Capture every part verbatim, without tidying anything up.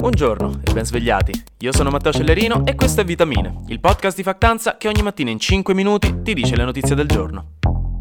Buongiorno e ben svegliati. Io sono Matteo Cellerino e questo è Vitamine, il podcast di Factanza che ogni mattina in cinque minuti ti dice le notizie del giorno.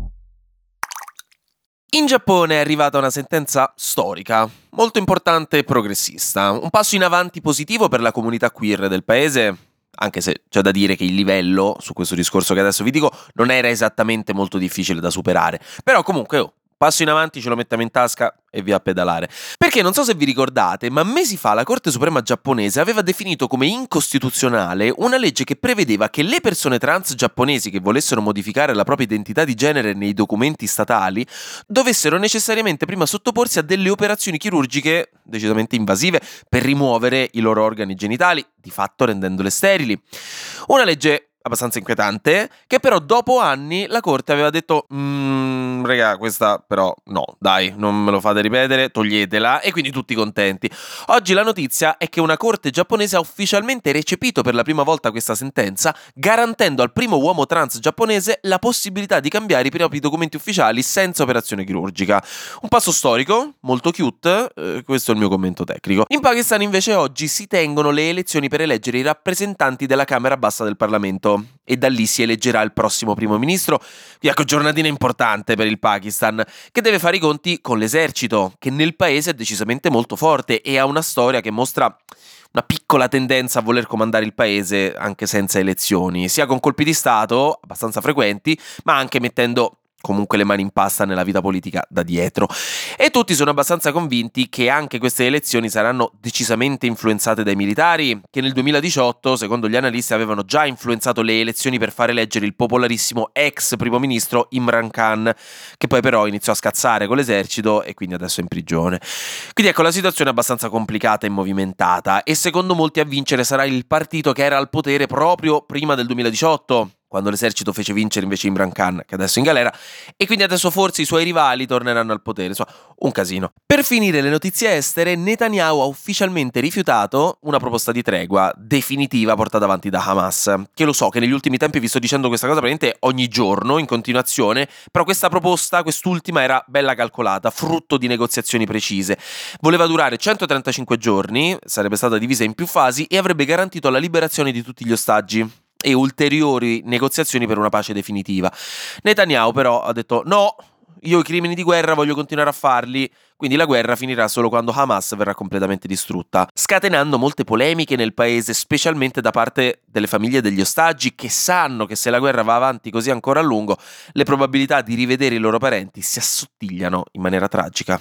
In Giappone è arrivata una sentenza storica, molto importante e progressista, un passo in avanti positivo per la comunità queer del paese, anche se c'è da dire che il livello, su questo discorso che adesso vi dico, non era esattamente molto difficile da superare, però comunque oh, passo in avanti, ce lo mettiamo in tasca e via a pedalare. Perché non so se vi ricordate, ma mesi fa la Corte Suprema giapponese aveva definito come incostituzionale una legge che prevedeva che le persone trans giapponesi che volessero modificare la propria identità di genere nei documenti statali dovessero necessariamente prima sottoporsi a delle operazioni chirurgiche decisamente invasive per rimuovere i loro organi genitali, di fatto rendendole sterili. Una legge abbastanza inquietante, che però dopo anni la Corte aveva detto mmm, raga, questa però no, dai, non me lo fate ripetere, toglietela, e quindi tutti contenti. Oggi la notizia è che una Corte giapponese ha ufficialmente recepito per la prima volta questa sentenza, garantendo al primo uomo trans giapponese la possibilità di cambiare i propri documenti ufficiali senza operazione chirurgica. Un passo storico, molto cute, eh, questo è il mio commento tecnico. In Pakistan invece oggi si tengono le elezioni per eleggere i rappresentanti della Camera Bassa del Parlamento e da lì si eleggerà il prossimo primo ministro. Ecco, giornatina importante per il Pakistan, che deve fare i conti con l'esercito, che nel paese è decisamente molto forte e ha una storia che mostra una piccola tendenza a voler comandare il paese anche senza elezioni, sia con colpi di stato abbastanza frequenti, ma anche mettendo comunque le mani in pasta nella vita politica da dietro. E tutti sono abbastanza convinti che anche queste elezioni saranno decisamente influenzate dai militari, che nel duemiladiciotto, secondo gli analisti, avevano già influenzato le elezioni per far eleggere il popolarissimo ex primo ministro Imran Khan, che poi però iniziò a scazzare con l'esercito e quindi adesso è in prigione. Quindi ecco, la situazione è abbastanza complicata e movimentata, e secondo molti a vincere sarà il partito che era al potere proprio prima del duemiladiciotto, quando l'esercito fece vincere invece Imran Khan, che adesso è in galera, e quindi adesso forse i suoi rivali torneranno al potere. Insomma, un casino. Per finire le notizie estere, Netanyahu ha ufficialmente rifiutato una proposta di tregua definitiva portata avanti da Hamas, che lo so che negli ultimi tempi vi sto dicendo questa cosa praticamente ogni giorno, in continuazione, però questa proposta, quest'ultima, era bella calcolata, frutto di negoziazioni precise. Voleva durare centotrentacinque giorni, sarebbe stata divisa in più fasi e avrebbe garantito la liberazione di tutti gli ostaggi e ulteriori negoziazioni per una pace definitiva. Netanyahu però ha detto no, io i crimini di guerra voglio continuare a farli, quindi la guerra finirà solo quando Hamas verrà completamente distrutta, scatenando molte polemiche nel paese, specialmente da parte delle famiglie degli ostaggi, che sanno che se la guerra va avanti così ancora a lungo, le probabilità di rivedere i loro parenti si assottigliano in maniera tragica.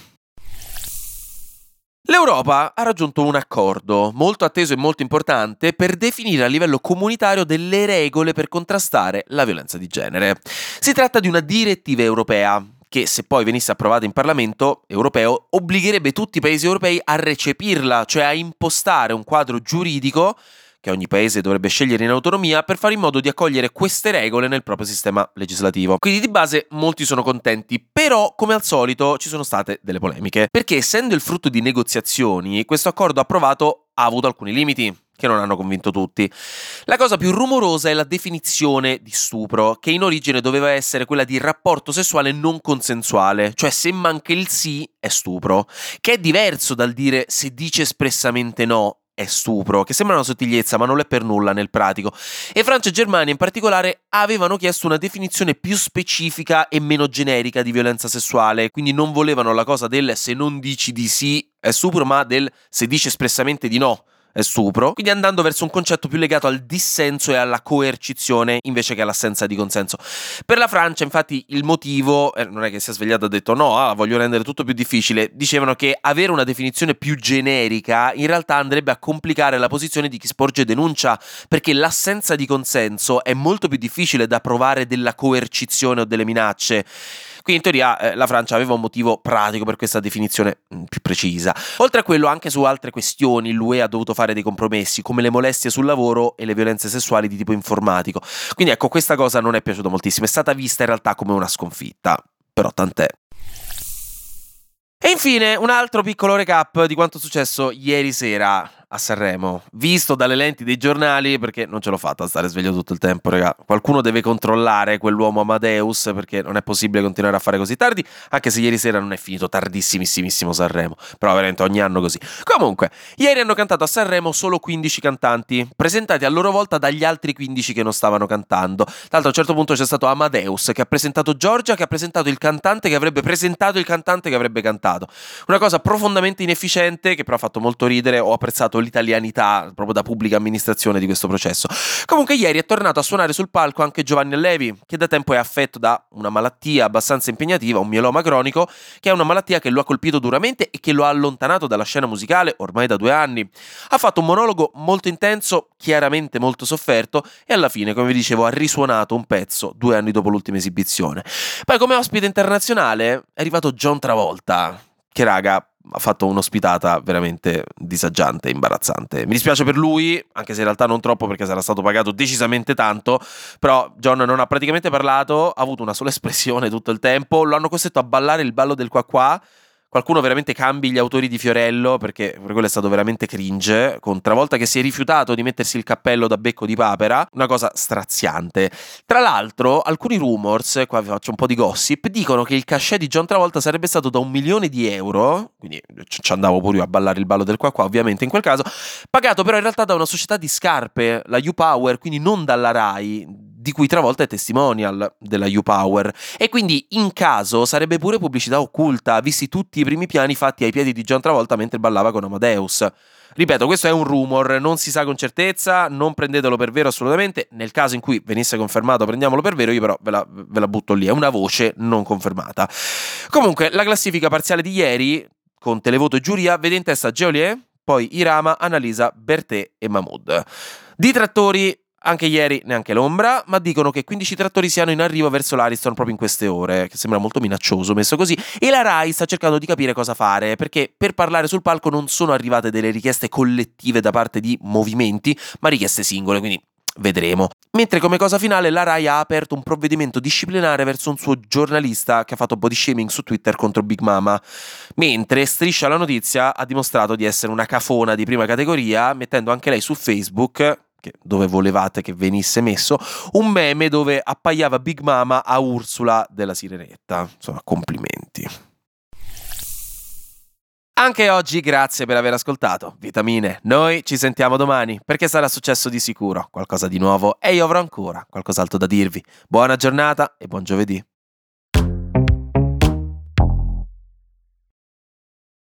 L'Europa ha raggiunto un accordo molto atteso e molto importante per definire a livello comunitario delle regole per contrastare la violenza di genere. Si tratta di una direttiva europea che, se poi venisse approvata in Parlamento europeo, obbligherebbe tutti i paesi europei a recepirla, cioè a impostare un quadro giuridico che ogni paese dovrebbe scegliere in autonomia per fare in modo di accogliere queste regole nel proprio sistema legislativo. Quindi di base molti sono contenti, però come al solito ci sono state delle polemiche, perché essendo il frutto di negoziazioni, questo accordo approvato ha avuto alcuni limiti che non hanno convinto tutti. La cosa più rumorosa è la definizione di stupro, che in origine doveva essere quella di rapporto sessuale non consensuale, cioè se manca il sì è stupro, che è diverso dal dire se dice espressamente no è stupro, che sembra una sottigliezza ma non è per nulla nel pratico. E Francia e Germania in particolare avevano chiesto una definizione più specifica e meno generica di violenza sessuale, quindi non volevano la cosa del se non dici di sì è stupro, ma del se dici espressamente di no è stupro, quindi andando verso un concetto più legato al dissenso e alla coercizione invece che all'assenza di consenso. Per la Francia, infatti, il motivo eh, non è che si è svegliato e ha detto no, ah, voglio rendere tutto più difficile. Dicevano che avere una definizione più generica in realtà andrebbe a complicare la posizione di chi sporge denuncia, perché l'assenza di consenso è molto più difficile da provare della coercizione o delle minacce. Quindi in teoria eh, la Francia aveva un motivo pratico per questa definizione mh, più precisa. Oltre a quello, anche su altre questioni l'U E ha dovuto fare dei compromessi, come le molestie sul lavoro e le violenze sessuali di tipo informatico. Quindi ecco, questa cosa non è piaciuta moltissimo, è stata vista in realtà come una sconfitta, però tant'è. E infine un altro piccolo recap di quanto successo ieri sera. a Sanremo, visto dalle lenti dei giornali, perché non ce l'ho fatta a stare sveglio tutto il tempo, raga. Qualcuno deve controllare quell'uomo Amadeus, perché non è possibile continuare a fare così tardi, anche se ieri sera non è finito tardissimissimissimo Sanremo, però veramente ogni anno così. Comunque, ieri hanno cantato a Sanremo solo quindici cantanti, presentati a loro volta dagli altri quindici che non stavano cantando. Tra l'altro a un certo punto c'è stato Amadeus che ha presentato Giorgia, che ha presentato il cantante che avrebbe presentato il cantante che avrebbe cantato. Una cosa profondamente inefficiente, che però ha fatto molto ridere. Ho apprezzato l'italianità proprio da pubblica amministrazione di questo processo. Comunque ieri è tornato a suonare sul palco anche Giovanni Allevi, che da tempo è affetto da una malattia abbastanza impegnativa, un mieloma cronico, che è una malattia che lo ha colpito duramente e che lo ha allontanato dalla scena musicale ormai da due anni. Ha fatto un monologo molto intenso, chiaramente molto sofferto, e alla fine, come vi dicevo, ha risuonato un pezzo due anni dopo l'ultima esibizione. Poi come ospite internazionale è arrivato John Travolta, che raga ha fatto un'ospitata veramente disagiante e imbarazzante. Mi dispiace per lui, anche se in realtà non troppo, perché sarà stato pagato decisamente tanto, però John non ha praticamente parlato, ha avuto una sola espressione tutto il tempo, lo hanno costretto a ballare il ballo del qua qua. Qualcuno veramente cambi gli autori di Fiorello, perché per quello è stato veramente cringe, con Travolta che si è rifiutato di mettersi il cappello da becco di papera, una cosa straziante. Tra l'altro, alcuni rumors, qua vi faccio un po' di gossip, dicono che il cachet di John Travolta sarebbe stato da un milione di euro, quindi ci andavo pure io a ballare il ballo del qua qua, ovviamente in quel caso, pagato però in realtà da una società di scarpe, la U-Power, quindi non dalla Rai, di cui Travolta è testimonial della U-Power, e quindi in caso sarebbe pure pubblicità occulta, visti tutti i primi piani fatti ai piedi di John Travolta mentre ballava con Amadeus. Ripeto, questo è un rumor, non si sa con certezza, non prendetelo per vero assolutamente. Nel caso in cui venisse confermato prendiamolo per vero, io però ve la, ve la butto lì, è una voce non confermata. Comunque, la classifica parziale di ieri, con televoto e giuria, vede in testa Geolier, poi Irama, Annalisa, Bertè e Mahmood. Di trattori anche ieri neanche l'ombra, ma dicono che quindici trattori siano in arrivo verso l'Ariston proprio in queste ore, che sembra molto minaccioso messo così, e la Rai sta cercando di capire cosa fare, perché per parlare sul palco non sono arrivate delle richieste collettive da parte di movimenti, ma richieste singole, quindi vedremo. Mentre come cosa finale la Rai ha aperto un provvedimento disciplinare verso un suo giornalista che ha fatto body shaming su Twitter contro Big Mama, mentre Striscia la Notizia ha dimostrato di essere una cafona di prima categoria, mettendo anche lei su Facebook, che dove volevate che venisse messo, un meme dove appaiava Big Mama a Ursula della Sirenetta. Insomma, complimenti. Anche oggi grazie per aver ascoltato Vitamine. Noi ci sentiamo domani, perché sarà successo di sicuro qualcosa di nuovo e io avrò ancora qualcos'altro da dirvi. Buona giornata e buon giovedì.